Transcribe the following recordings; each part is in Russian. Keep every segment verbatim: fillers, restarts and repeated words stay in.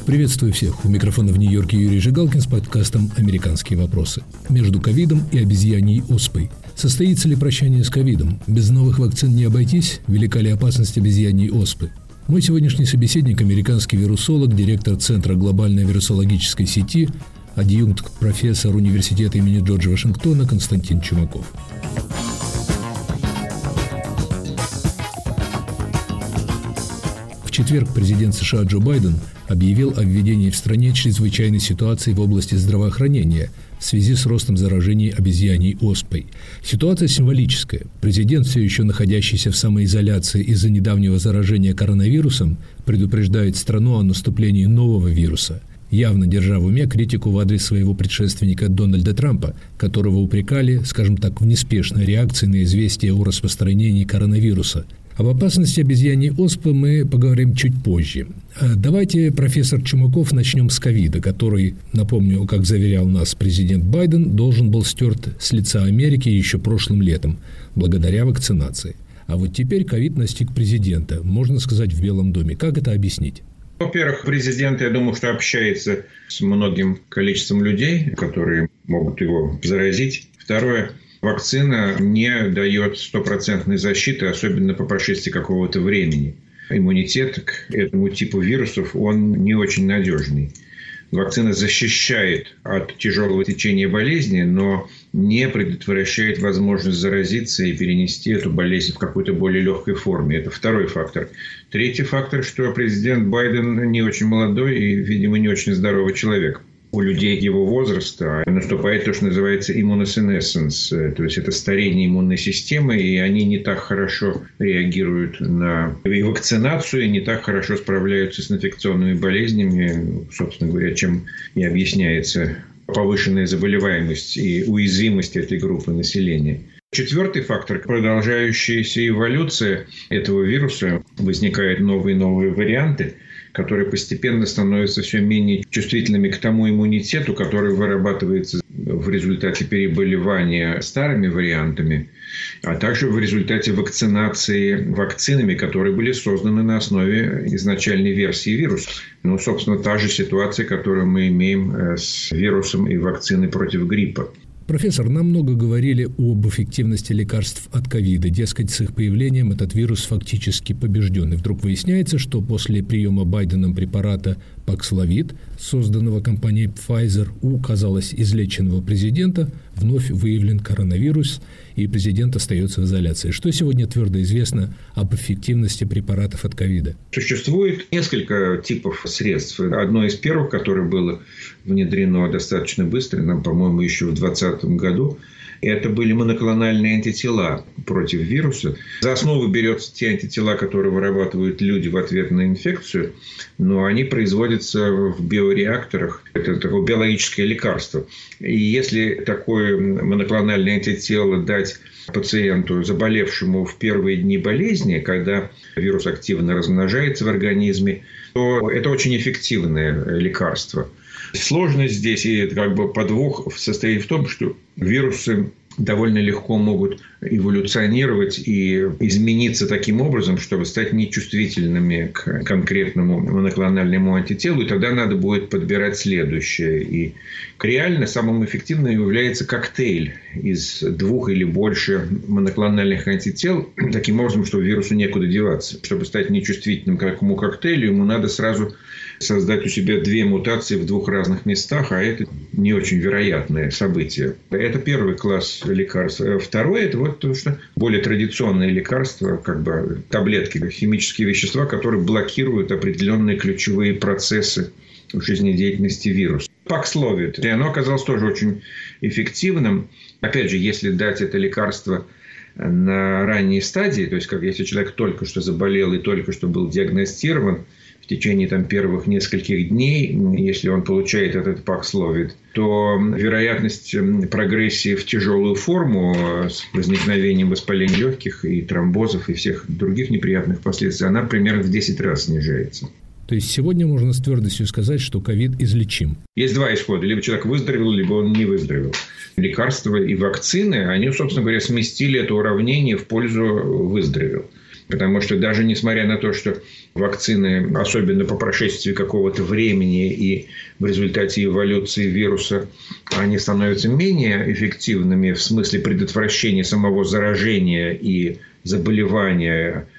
Приветствую всех. У микрофона в Нью-Йорке Юрий Жигалкин с подкастом «Американские вопросы». Между ковидом и обезьяньей оспой. Состоится ли прощание с ковидом? Без новых вакцин не обойтись? Велика ли опасность обезьяньей оспы? Мой сегодняшний собеседник – американский вирусолог, директор Центра глобальной вирусологической сети, адъюнкт-профессор университета имени Джорджа Вашингтона Константин Чумаков. В четверг президент США Джо Байден объявил о введении в стране чрезвычайной ситуации в области здравоохранения в связи с ростом заражений обезьяньей оспой. Ситуация символическая. Президент, все еще находящийся в самоизоляции из-за недавнего заражения коронавирусом, предупреждает страну о наступлении нового вируса, явно держа в уме критику в адрес своего предшественника Дональда Трампа, которого упрекали, скажем так, в неспешной реакции на известие о распространении коронавируса. Об опасности обезьяньей оспы мы поговорим чуть позже. Давайте, профессор Чумаков, начнем с ковида, который, напомню, как заверял нас президент Байден, должен был стерт с лица Америки еще прошлым летом, благодаря вакцинации. А вот теперь ковид настиг президента, можно сказать, в Белом доме. Как это объяснить? Во-первых, президент, я думаю, что общается с многим количеством людей, которые могут его заразить. Второе. Вакцина не дает стопроцентной защиты, особенно по прошествии какого-то времени. Иммунитет к этому типу вирусов, он не очень надежный. Вакцина защищает от тяжелого течения болезни, но не предотвращает возможность заразиться и перенести эту болезнь в какой-то более легкой форме. Это второй фактор. Третий фактор, что президент Байден не очень молодой и, видимо, не очень здоровый человек. У людей его возраста наступает то, что называется иммуносенесенс, то есть это старение иммунной системы, и они не так хорошо реагируют на и вакцинацию, и не так хорошо справляются с инфекционными болезнями, собственно говоря, чем и объясняется повышенная заболеваемость и уязвимость этой группы населения. Четвертый фактор – продолжающаяся эволюция этого вируса. Возникают новые и новые варианты, которые постепенно становятся все менее чувствительными к тому иммунитету, который вырабатывается в результате переболевания старыми вариантами, а также в результате вакцинации вакцинами, которые были созданы на основе изначальной версии вируса. Ну, собственно, та же ситуация, которую мы имеем с вирусом и вакциной против гриппа. Профессор, нам много говорили об эффективности лекарств от ковида. Дескать, с их появлением этот вирус фактически побежден. И вдруг выясняется, что после приема Байденом препарата Paxlovid, созданного компанией Pfizer, у, казалось, излеченного президента вновь выявлен коронавирус, и президент остается в изоляции. Что сегодня твердо известно об эффективности препаратов от ковида? Существует несколько типов средств. Одно из первых, которое было внедрено достаточно быстро, нам, по-моему, еще в двадцатом году, это были моноклональные антитела против вируса. За основу берутся те антитела, которые вырабатывают люди в ответ на инфекцию, но они производятся в биореакторах. Это такое биологическое лекарство. И если такое моноклональное антитело дать пациенту, заболевшему в первые дни болезни, когда вирус активно размножается в организме, то это очень эффективное лекарство. Сложность здесь и как бы подвох состоит в том, что вирусы довольно легко могут эволюционировать и измениться таким образом, чтобы стать нечувствительными к конкретному моноклональному антителу, и тогда надо будет подбирать следующее. И реально самым эффективным является коктейль из двух или больше моноклональных антител, таким образом, что вирусу некуда деваться. Чтобы стать нечувствительным к такому коктейлю, ему надо сразу создать у себя две мутации в двух разных местах, а это не очень вероятное событие. Это первый класс лекарств. Второе – это вот то, что более традиционные лекарства, как бы таблетки, химические вещества, которые блокируют определенные ключевые процессы в жизнедеятельности вируса. Paxlovid. И оно оказалось тоже очень эффективным. Опять же, если дать это лекарство на ранней стадии, то есть как если человек только что заболел и только что был диагностирован, в течение там, первых нескольких дней, если он получает этот Paxlovid, то вероятность прогрессии в тяжелую форму с возникновением воспаления легких и тромбозов и всех других неприятных последствий, она примерно в десять раз снижается. То есть сегодня можно с твердостью сказать, что ковид излечим. Есть два исхода. Либо человек выздоровел, либо он не выздоровел. Лекарства и вакцины, они, собственно говоря, сместили это уравнение в пользу выздоровел. Потому что даже несмотря на то, что вакцины, особенно по прошествии какого-то времени и в результате эволюции вируса, они становятся менее эффективными в смысле предотвращения самого заражения и заболевания,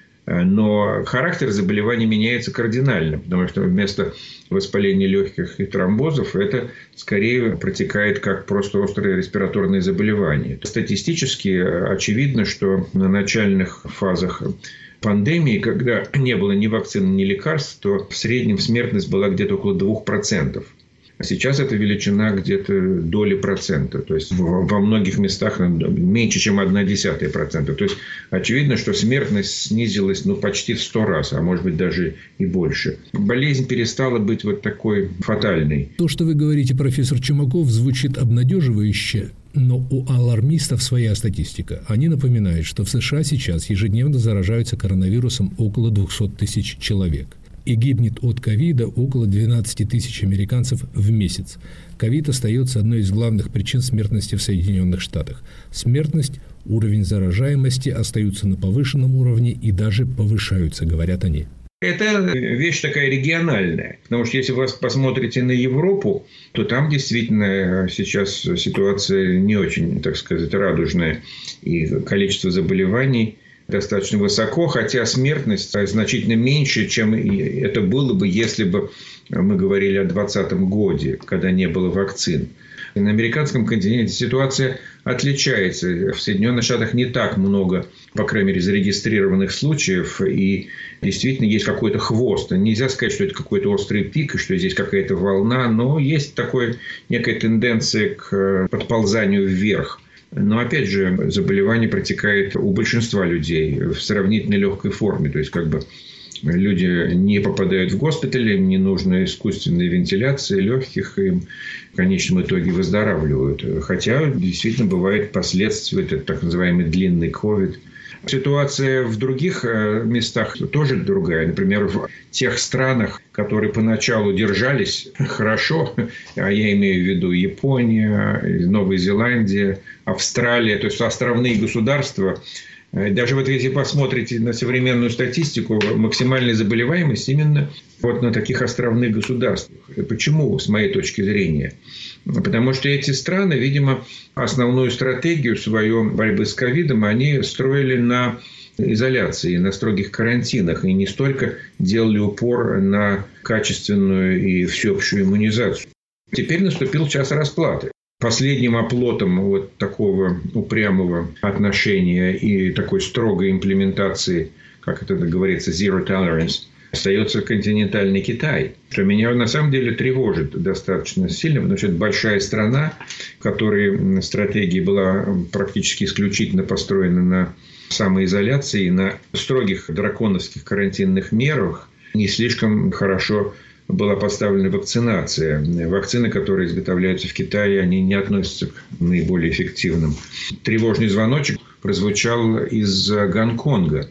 но характер заболевания меняется кардинально, потому что вместо воспаления легких и тромбозов это скорее протекает как просто острые респираторные заболевания. Статистически очевидно, что на начальных фазах пандемии, когда не было ни вакцин, ни лекарств, то в среднем смертность была где-то около двух процентов. А сейчас эта величина где-то доли процента. То есть во многих местах меньше, чем одна десятая процента. То есть очевидно, что смертность снизилась ну, почти в сто раз, а может быть даже и больше. Болезнь перестала быть вот такой фатальной. То, что вы говорите, профессор Чумаков, звучит обнадеживающе. Но у алармистов своя статистика. Они напоминают, что в США сейчас ежедневно заражаются коронавирусом около двухсот тысяч человек. И гибнет от ковида около двенадцати тысяч американцев в месяц. Ковид остается одной из главных причин смертности в Соединенных Штатах. Смертность, уровень заражаемости остаются на повышенном уровне и даже повышаются, говорят они. Это вещь такая региональная. Потому что если вы посмотрите на Европу, то там действительно сейчас ситуация не очень, так сказать, радужная. И количество заболеваний достаточно высоко, хотя смертность значительно меньше, чем это было бы, если бы мы говорили о двадцатом году, когда не было вакцин. И на американском континенте ситуация отличается. В Соединенных Штатах не так много, по крайней мере, зарегистрированных случаев. И действительно есть какой-то хвост. Нельзя сказать, что это какой-то острый пик, и что здесь какая-то волна. Но есть такая некая тенденция к подползанию вверх. Но, опять же, заболевание протекает у большинства людей в сравнительно легкой форме. То есть, как бы люди не попадают в госпиталь, им не нужна искусственная вентиляция легких, им в конечном итоге выздоравливают. Хотя, действительно, бывают последствия, это так называемый длинный ковид. Ситуация в других местах тоже другая. Например, в тех странах, которые поначалу держались хорошо, а я имею в виду Япония, Новая Зеландия, Австралия, то есть островные государства. Даже вот если посмотрите на современную статистику, максимальная заболеваемость именно вот на таких островных государствах. Почему, с моей точки зрения? Потому что эти страны, видимо, основную стратегию свою борьбы с ковидом они строили на изоляции, на строгих карантинах. И не столько делали упор на качественную и всеобщую иммунизацию. Теперь наступил час расплаты. Последним оплотом вот такого упрямого отношения и такой строгой имплементации, как это говорится, zero tolerance, остается континентальный Китай. Что меня на самом деле тревожит достаточно сильно, потому что это большая страна, в которой стратегия была практически исключительно построена на самоизоляции, на строгих драконовских карантинных мерах, не слишком хорошо была поставлена вакцинация. Вакцины, которые изготовляются в Китае, они не относятся к наиболее эффективным. Тревожный звоночек прозвучал из Гонконга,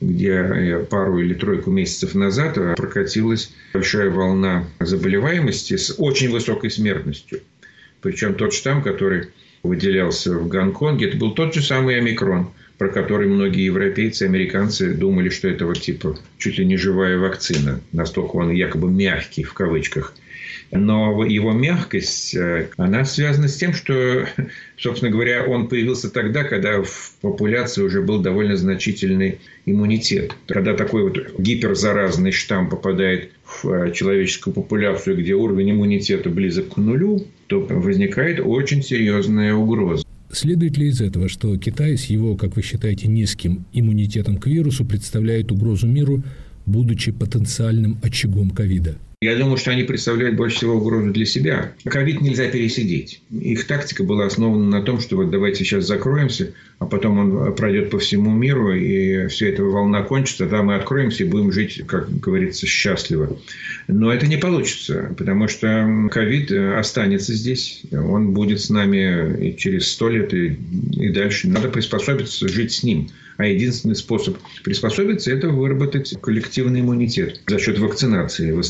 где пару или тройку месяцев назад прокатилась большая волна заболеваемости с очень высокой смертностью. Причем тот штамм, который выделялся в Гонконге, это был тот же самый омикрон, про который многие европейцы, американцы думали, что это вот типа чуть ли не живая вакцина. Настолько он якобы мягкий, в кавычках. Но его мягкость, она связана с тем, что, собственно говоря, он появился тогда, когда в популяции уже был довольно значительный иммунитет. Когда такой вот гиперзаразный штамм попадает в человеческую популяцию, где уровень иммунитета близок к нулю, то возникает очень серьезная угроза. Следует ли из этого, что Китай с его, как вы считаете, низким иммунитетом к вирусу представляет угрозу миру, будучи потенциальным очагом ковида? Я думаю, что они представляют больше всего угрозу для себя. Ковид нельзя пересидеть. Их тактика была основана на том, что вот давайте сейчас закроемся, а потом он пройдет по всему миру, и вся эта волна кончится, тогда мы откроемся и будем жить, как говорится, счастливо. Но это не получится, потому что ковид останется здесь. Он будет с нами и через сто лет, и, и дальше. Надо приспособиться, жить с ним. А единственный способ приспособиться – это выработать коллективный иммунитет за счет вакцинации в основном.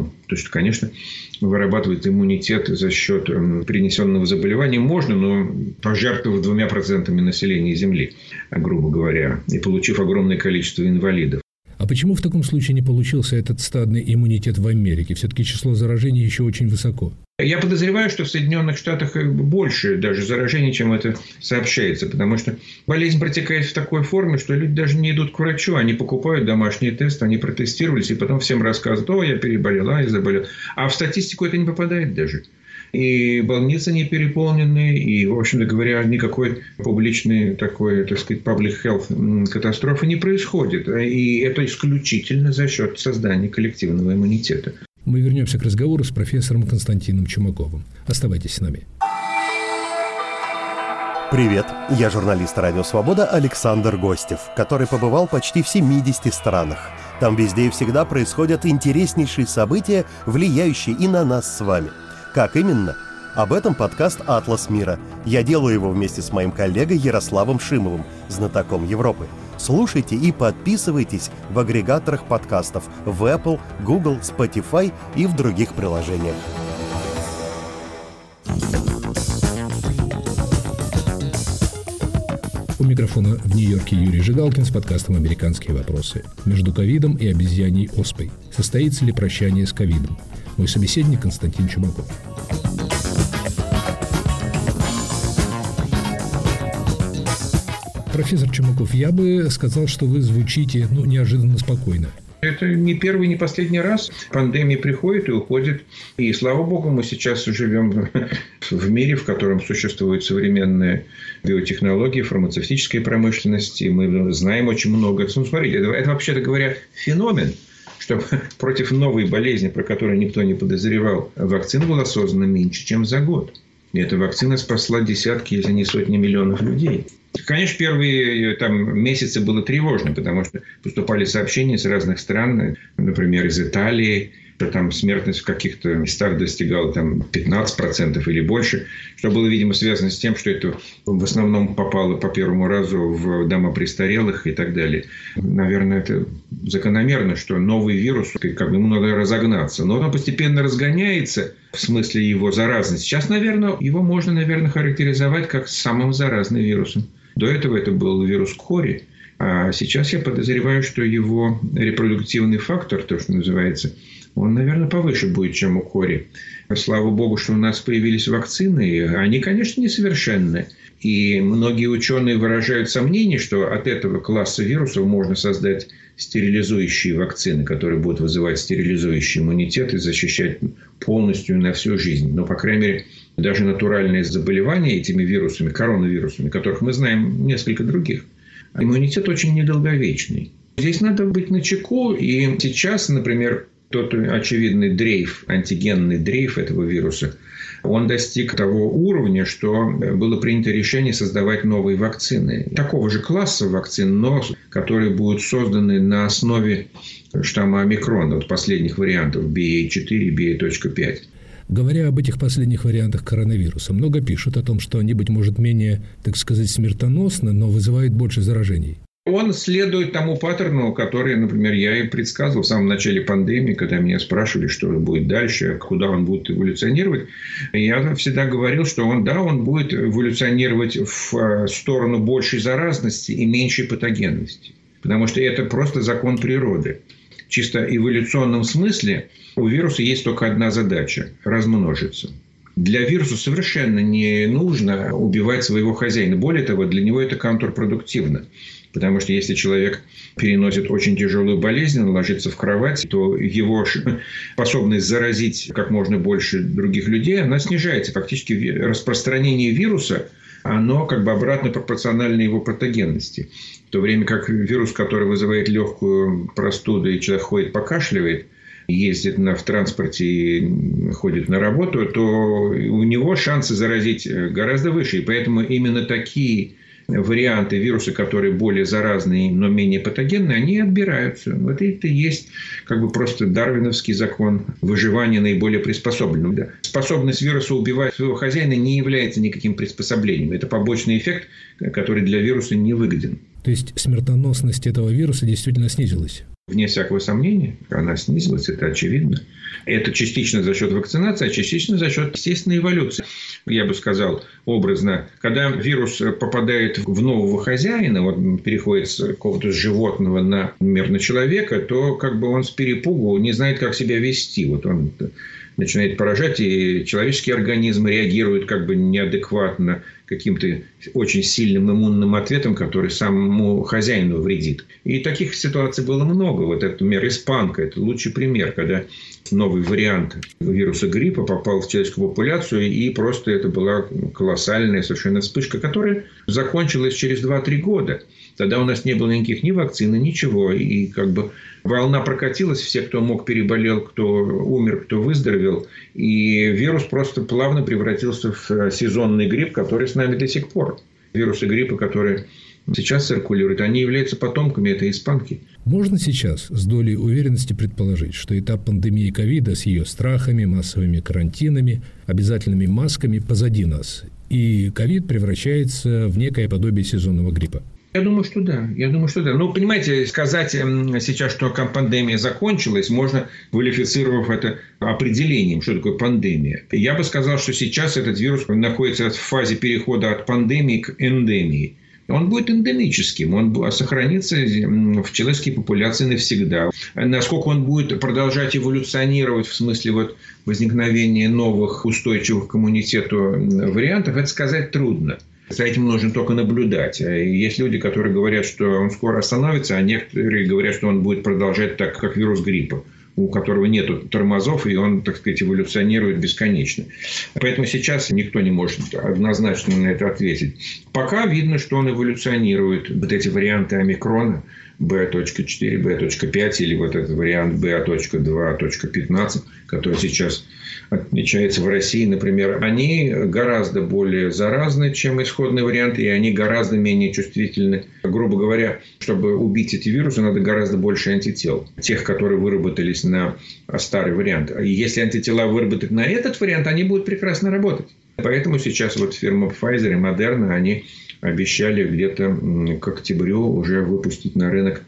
одном. То есть, конечно, вырабатывать иммунитет за счет принесенного заболевания можно, но пожертвовав двумя процентами населения Земли, грубо говоря, и получив огромное количество инвалидов. А почему в таком случае не получился этот стадный иммунитет в Америке? Все-таки число заражений еще очень высоко. Я подозреваю, что в Соединенных Штатах больше даже заражений, чем это сообщается. Потому что болезнь протекает в такой форме, что люди даже не идут к врачу. Они покупают домашний тест, они протестировались, и потом всем рассказывают: о, я переболел, а я заболел. А в статистику это не попадает даже. И больницы не переполнены, и, в общем-то говоря, никакой публичной такой, так сказать, public health катастрофы не происходит. И это исключительно за счет создания коллективного иммунитета. Мы вернемся к разговору с профессором Константином Чумаковым. Оставайтесь с нами. Привет, я журналист «Радио Свобода» Александр Гостев, который побывал почти в семидесяти странах. Там везде и всегда происходят интереснейшие события, влияющие и на нас с вами. Как именно? Об этом подкаст «Атлас мира». Я делаю его вместе с моим коллегой Ярославом Шимовым, знатоком Европы. Слушайте и подписывайтесь в агрегаторах подкастов в Apple, Google, Spotify и в других приложениях. У микрофона в Нью-Йорке Юрий Жигалкин с подкастом «Американские вопросы». Между ковидом и обезьяньей оспой. Состоится ли прощание с ковидом? Мой собеседник Константин Чумаков. Профессор Чумаков, я бы сказал, что вы звучите ну, неожиданно спокойно. Это не первый, не последний раз. Пандемия приходит и уходит. И, слава богу, мы сейчас живем в мире, в котором существуют современные биотехнологии, фармацевтическая промышленность. И мы знаем очень много. Ну, смотрите, это, это вообще-то говоря, феномен. Что против новой болезни, про которую никто не подозревал, вакцина была создана меньше, чем за год. И эта вакцина спасла десятки, если не сотни миллионов людей. Конечно, первые там, месяцы было тревожно, потому что поступали сообщения с разных стран, например, из Италии, что там смертность в каких-то местах достигала там, пятнадцать процентов или больше, что было, видимо, связано с тем, что это в основном попало по первому разу в дома престарелых и так далее. Наверное, это закономерно, что новый вирус, как бы ему надо разогнаться. Но он постепенно разгоняется в смысле его заразности. Сейчас, наверное, его можно, наверное, характеризовать как самым заразным вирусом. До этого это был вирус кори. А сейчас я подозреваю, что его репродуктивный фактор, то, что называется, он, наверное, повыше будет, чем у кори. Слава богу, что у нас появились вакцины. Они, конечно, несовершенны. И многие ученые выражают сомнение, что от этого класса вирусов можно создать стерилизующие вакцины, которые будут вызывать стерилизующий иммунитет и защищать полностью на всю жизнь. Но, по крайней мере, даже натуральные заболевания этими вирусами, коронавирусами, которых мы знаем несколько других, иммунитет очень недолговечный. Здесь надо быть начеку. И сейчас, например, тот очевидный дрейф, антигенный дрейф этого вируса, он достиг того уровня, что было принято решение создавать новые вакцины. Такого же класса вакцин, но которые будут созданы на основе штамма омикрона, вот последних вариантов би эй четыре, би эй пять. Говоря об этих последних вариантах коронавируса, много пишут о том, что они, быть может, менее, так сказать, смертоносны, но вызывают больше заражений. Он следует тому паттерну, который, например, я и предсказывал в самом начале пандемии, когда меня спрашивали, что будет дальше, куда он будет эволюционировать. Я всегда говорил, что он, да, он будет эволюционировать в сторону большей заразности и меньшей патогенности. Потому что это просто закон природы. В чисто эволюционном смысле у вируса есть только одна задача – размножиться. Для вируса совершенно не нужно убивать своего хозяина. Более того, для него это контрпродуктивно. Потому что если человек переносит очень тяжелую болезнь, он ложится в кровать, то его способность заразить как можно больше других людей, она снижается. Фактически распространение вируса, оно как бы обратно пропорционально его патогенности. В то время как вирус, который вызывает легкую простуду, и человек ходит, покашливает, ездит на, в транспорте и ходит на работу, то у него шансы заразить гораздо выше. И поэтому именно такие варианты вируса, которые более заразные, но менее патогенные, они отбираются. Вот это и есть как бы просто дарвиновский закон выживания наиболее приспособленного. Да. Способность вируса убивать своего хозяина не является никаким приспособлением. Это побочный эффект, который для вируса не выгоден. То есть смертоносность этого вируса действительно снизилась? Вне всякого сомнения, она снизилась, это очевидно. Это частично за счет вакцинации, а частично за счет естественной эволюции. Я бы сказал образно, когда вирус попадает в нового хозяина, вот переходит с какого-то животного на, например, на человека, то как бы он с перепугу не знает, как себя вести. Вот он начинает поражать, и человеческий организм реагирует как бы неадекватно каким-то очень сильным иммунным ответом, который самому хозяину вредит. И таких ситуаций было много. Вот это, например, испанка – это лучший пример, когда новый вариант вируса гриппа попал в человеческую популяцию, и просто это была колоссальная совершенно вспышка, которая закончилась через два-три года. Тогда у нас не было никаких ни вакцин, ничего. И как бы волна прокатилась, все, кто мог, переболел, кто умер, кто выздоровел. И вирус просто плавно превратился в сезонный грипп, который с нами до сих пор. Вирусы гриппа, которые сейчас циркулируют, они являются потомками этой испанки. Можно сейчас с долей уверенности предположить, что этап пандемии ковида с ее страхами, массовыми карантинами, обязательными масками позади нас, и ковид превращается в некое подобие сезонного гриппа? Я думаю, что да. Я думаю, что да. Ну, понимаете, сказать сейчас, что пандемия закончилась, можно, квалифицировав это определением, что такое пандемия. Я бы сказал, что сейчас этот вирус находится в фазе перехода от пандемии к эндемии. Он будет эндемическим, он сохранится в человеческой популяции навсегда. Насколько он будет продолжать эволюционировать в смысле вот возникновения новых устойчивых к иммунитету вариантов, это сказать трудно. За этим нужно только наблюдать. Есть люди, которые говорят, что он скоро остановится, а некоторые говорят, что он будет продолжать так, как вирус гриппа, у которого нет тормозов, и он, так сказать, эволюционирует бесконечно. Поэтому сейчас никто не может однозначно на это ответить. Пока видно, что он эволюционирует. Вот эти варианты омикрона, бэ четыре, бэ пять или вот этот вариант бэ два пятнадцать, который сейчас отмечается в России, например, они гораздо более заразны, чем исходный вариант, и они гораздо менее чувствительны. Грубо говоря, чтобы убить эти вирусы, надо гораздо больше антител, тех, которые выработались на старый вариант. И если антитела выработать на этот вариант, они будут прекрасно работать. Поэтому сейчас вот фирма Pfizer и Moderna, они обещали где-то к октябрю уже выпустить на рынок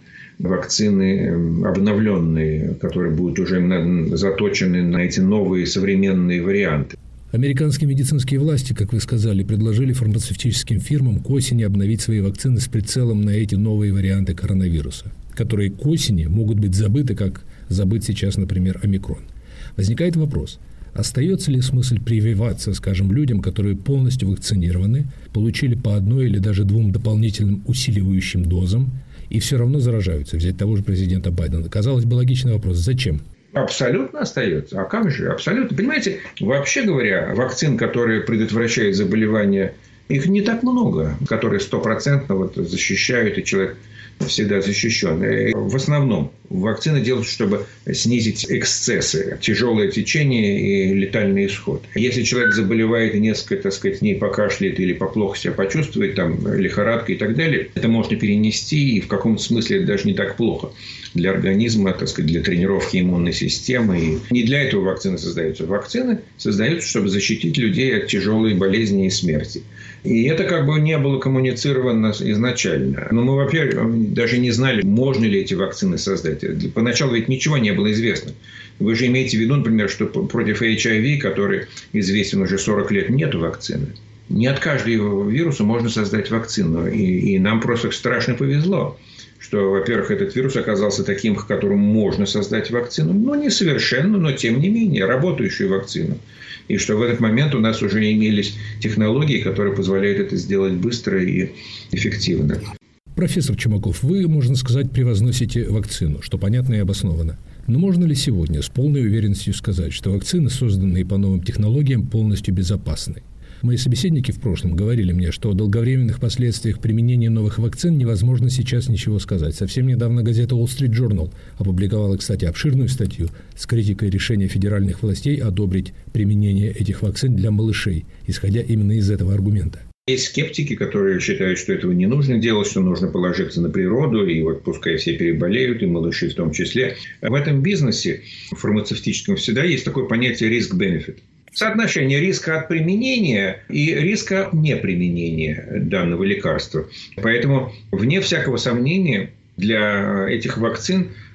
вакцины обновленные, которые будут уже заточены на эти новые современные варианты. Американские медицинские власти, как вы сказали, предложили фармацевтическим фирмам к осени обновить свои вакцины с прицелом на эти новые варианты коронавируса, которые к осени могут быть забыты, как забыт сейчас, например, омикрон. Возникает вопрос, остается ли смысл прививаться, скажем, людям, которые полностью вакцинированы, получили по одной или даже двум дополнительным усиливающим дозам, и все равно заражаются, взять того же президента Байдена. Казалось бы, логичный вопрос. Зачем? Абсолютно остается. А как же? Абсолютно. Понимаете, вообще говоря, вакцин, которые предотвращают заболевания, их не так много, которые стопроцентно вот защищают, и человек всегда защищен. И в основном вакцины делаются, чтобы снизить эксцессы, тяжелое течение и летальный исход. Если человек заболевает и несколько, так сказать, дней покашляет или плохо себя почувствует, там, лихорадка и так далее, это можно перенести, и в каком-то смысле это даже не так плохо для организма, так сказать, для тренировки иммунной системы. И не для этого вакцины создаются. Вакцины создаются, чтобы защитить людей от тяжелой болезни и смерти. И это как бы не было коммуницировано изначально. Но мы, во-первых, даже не знали, можно ли эти вакцины создать. Поначалу ведь ничего не было известно. Вы же имеете в виду, например, что против эйч ай ви, который известен уже сорок лет, нет вакцины. Не от каждого вируса можно создать вакцину. И, и нам просто страшно повезло, что, во-первых, этот вирус оказался таким, к которому можно создать вакцину. Ну, не совершенно, но тем не менее, работающую вакцину. И что в этот момент у нас уже имелись технологии, которые позволяют это сделать быстро и эффективно. Профессор Чумаков, вы, можно сказать, превозносите вакцину, что понятно и обосновано. Но можно ли сегодня с полной уверенностью сказать, что вакцины, созданные по новым технологиям, полностью безопасны? Мои собеседники в прошлом говорили мне, что о долговременных последствиях применения новых вакцин невозможно сейчас ничего сказать. Совсем недавно газета Wall Street Journal опубликовала, кстати, обширную статью с критикой решения федеральных властей одобрить применение этих вакцин для малышей, исходя именно из этого аргумента. Есть скептики, которые считают, что этого не нужно делать, что нужно положиться на природу, и вот пускай все переболеют, и малыши в том числе. В этом бизнесе фармацевтическом всегда есть такое понятие риск-бенефит. Соотношение риска от применения и риска от неприменения данного лекарства. Поэтому, вне всякого сомнения, для этих вакцин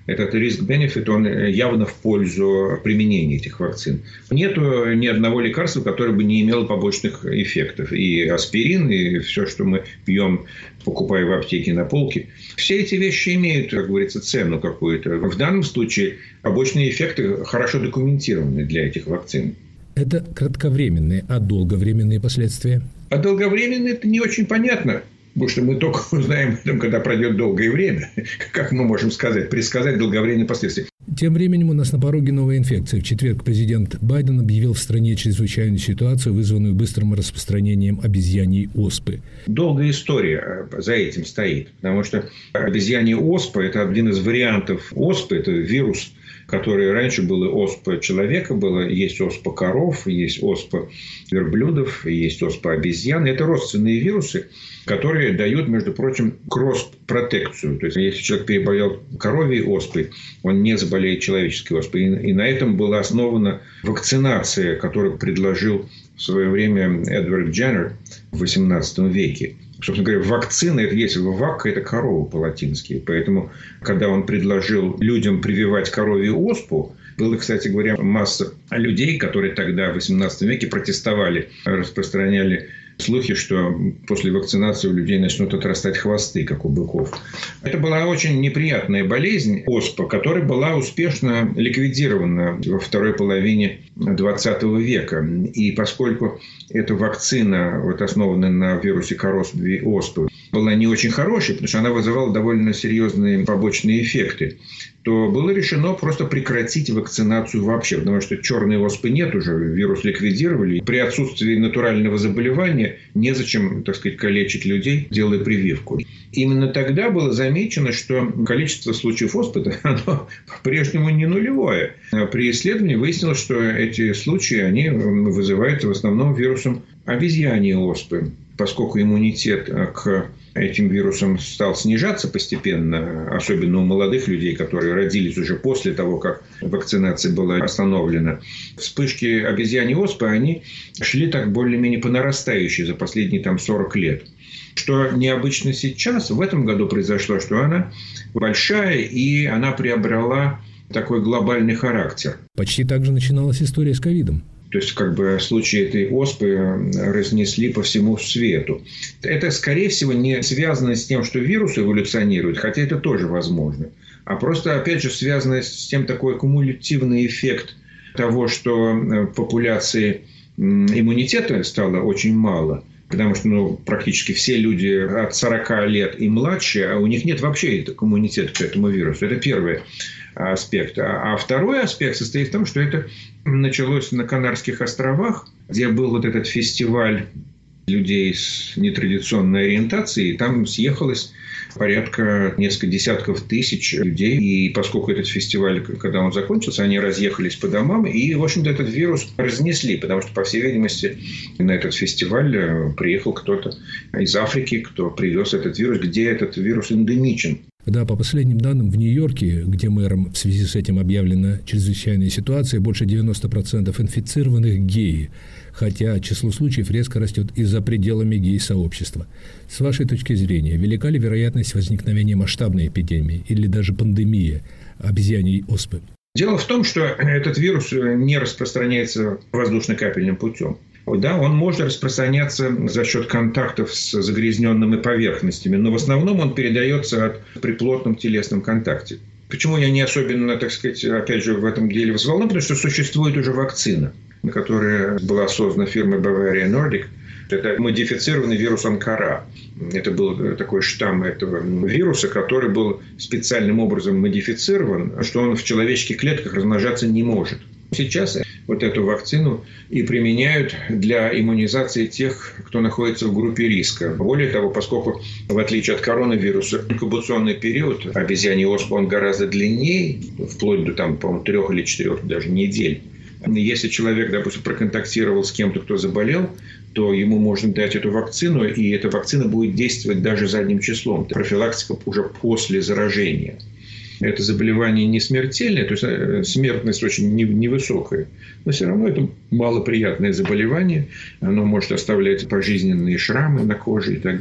этот риск-бенефит, он явно в пользу применения этих вакцин. Нет ни одного лекарства, которое бы не имело побочных эффектов. И аспирин, и все, что мы пьем, покупая в аптеке на полке. Все эти вещи имеют, как говорится, цену какую-то. В данном случае побочные эффекты хорошо документированы для этих вакцин. Это кратковременные, а долговременные последствия? А долговременные – это не очень понятно. Потому что мы только узнаем об этом, когда пройдет долгое время. Как мы можем сказать, предсказать долговременные последствия. Тем временем у нас на пороге новая инфекция. В четверг президент Байден объявил в стране чрезвычайную ситуацию, вызванную быстрым распространением обезьяньей оспы. Долгая история за этим стоит. Потому что обезьянья оспа – это один из вариантов оспы. Это вирус, который раньше был оспа человека, было, есть оспа коров, есть оспа верблюдов, есть оспа обезьян. Это родственные вирусы, которые дают, между прочим, кросс-протекцию. То есть, если человек переболел коровьей оспой, он не заболеет человеческой оспой. И, и на этом была основана вакцинация, которую предложил в свое время Эдвард Дженнер в восемнадцатом веке. Собственно говоря, вакцина – это есть вакка, это корова по-латински. Поэтому, когда он предложил людям прививать коровью оспу, было, кстати говоря, масса людей, которые тогда в восемнадцатом веке протестовали, распространяли слухи, что после вакцинации у людей начнут отрастать хвосты, как у быков. Это была очень неприятная болезнь, оспа, которая была успешно ликвидирована во второй половине двадцатого века. И поскольку эта вакцина, вот, основанная на вирусе коровьей оспы, была не очень хорошей, потому что она вызывала довольно серьезные побочные эффекты, то было решено просто прекратить вакцинацию вообще, потому что черной оспы нет уже, вирус ликвидировали. При отсутствии натурального заболевания незачем, так сказать, калечить людей, делая прививку. Именно тогда было замечено, что количество случаев оспы, оно по-прежнему не нулевое. При исследовании выяснилось, что эти случаи, они вызываются в основном вирусом обезьяньей оспы. Поскольку иммунитет к этим вирусам стал снижаться постепенно, особенно у молодых людей, которые родились уже после того, как вакцинация была остановлена, вспышки обезьяньей оспы, они шли так более-менее по нарастающей за последние там, сорок лет. Что необычно сейчас, в этом году произошло, что она большая, и она приобрела такой глобальный характер. Почти так же начиналась история с ковидом. То есть, как бы, случаи этой оспы разнесли по всему свету. Это, скорее всего, не связано с тем, что вирус эволюционирует, хотя это тоже возможно. А просто, опять же, связано с тем такой кумулятивный эффект того, что популяции иммунитета стало очень мало. Потому что ну, практически все люди от сорока лет и младше, а у них нет вообще иммунитета к этому вирусу. Это первый аспект. А второй аспект состоит в том, что это началось на Канарских островах, где был вот этот фестиваль людей с нетрадиционной ориентацией. И там съехалось порядка несколько десятков тысяч людей. И поскольку этот фестиваль, когда он закончился, они разъехались по домам. И, в общем-то, этот вирус разнесли. Потому что, по всей видимости, на этот фестиваль приехал кто-то из Африки, кто привез этот вирус, где этот вирус эндемичен. Да, по последним данным, в Нью-Йорке, где мэром в связи с этим объявлена чрезвычайная ситуация, больше девяносто процентов инфицированных геи, хотя число случаев резко растет и за пределами гей-сообщества. С вашей точки зрения, велика ли вероятность возникновения масштабной эпидемии или даже пандемии обезьяньей оспы? Дело в том, что этот вирус не распространяется воздушно-капельным путем. Да, он может распространяться за счет контактов с загрязненными поверхностями, но в основном он передается от, при плотном телесном контакте. Почему я не особенно, так сказать, опять же, в этом деле взволнован? Потому что существует уже вакцина, которая была создана фирмой Bavaria Nordic. Это модифицированный вирус Анкара. Это был такой штамм этого вируса, который был специальным образом модифицирован, что он в человеческих клетках размножаться не может. Сейчас вот эту вакцину и применяют для иммунизации тех, кто находится в группе риска. Более того, поскольку, в отличие от коронавируса, инкубационный период обезьяньей оспы, он гораздо длиннее, вплоть до, там, по-моему, трех или четырех даже недель. Если человек, допустим, проконтактировал с кем-то, кто заболел, то ему можно дать эту вакцину, и эта вакцина будет действовать даже задним числом. Это профилактика уже после заражения. Это заболевание не смертельное, то есть смертность очень невысокая. Но все равно это малоприятное заболевание. Оно может оставлять пожизненные шрамы на коже и так далее.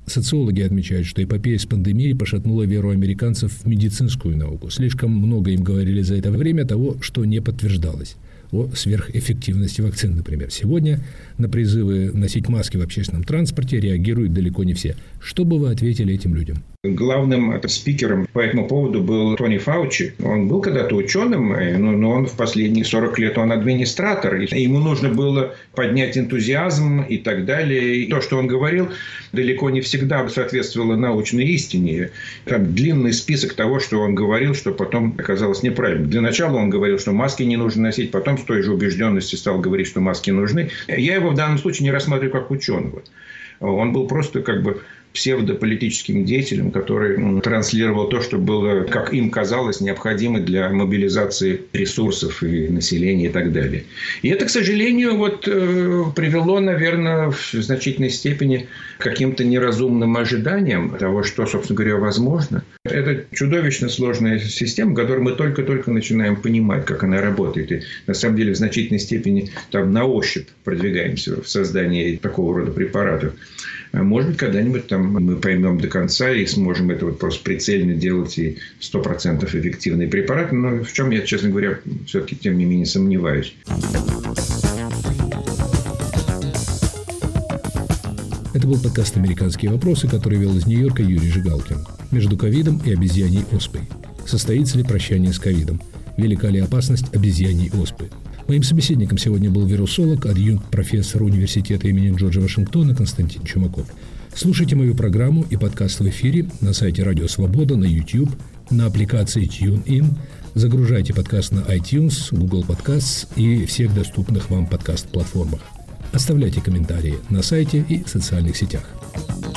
Социологи отмечают, что эпопея с пандемией пошатнула веру американцев в медицинскую науку. Слишком много им говорили за это время того, что не подтверждалось. О сверхэффективности вакцин, например. Сегодня на призывы носить маски в общественном транспорте реагируют далеко не все. Что бы вы ответили этим людям? Главным спикером по этому поводу был Тони Фаучи. Он был когда-то ученым, но он в последние сорок лет он администратор. И ему нужно было поднять энтузиазм и так далее. И то, что он говорил, далеко не всегда соответствовало научной истине. Там длинный список того, что он говорил, что потом оказалось неправильным. Для начала он говорил, что маски не нужно носить, потом с той же убежденностью стал говорить, что маски нужны. Я его в данном случае не рассматриваю как ученого. Он был просто как бы псевдополитическим деятелем, который транслировал то, что было, как им казалось, необходимо для мобилизации ресурсов и населения и так далее. И это, к сожалению, вот, э, привело, наверное, в значительной степени к каким-то неразумным ожиданиям того, что, собственно говоря, возможно. Это чудовищно сложная система, которую мы только-только начинаем понимать, как она работает. И, на самом деле, в значительной степени там на ощупь продвигаемся в создании такого рода препаратов. Может быть, когда-нибудь там мы поймем до конца и сможем это вот просто прицельно делать и сто процентов эффективные препараты. Но в чем я, честно говоря, все-таки тем не менее сомневаюсь. Это был подкаст «Американские вопросы», который вел из Нью-Йорка Юрий Жигалкин. Между ковидом и обезьяньей оспой. Состоится ли прощание с ковидом? Велика ли опасность обезьяньей оспы? Моим собеседником сегодня был вирусолог, адъюнкт профессор университета имени Джорджа Вашингтона Константин Чумаков. Слушайте мою программу и подкаст в эфире на сайте Радио Свобода, на YouTube, на аппликации TuneIn. Загружайте подкаст на iTunes, Google Podcasts и всех доступных вам подкаст-платформах. Оставляйте комментарии на сайте и в социальных сетях.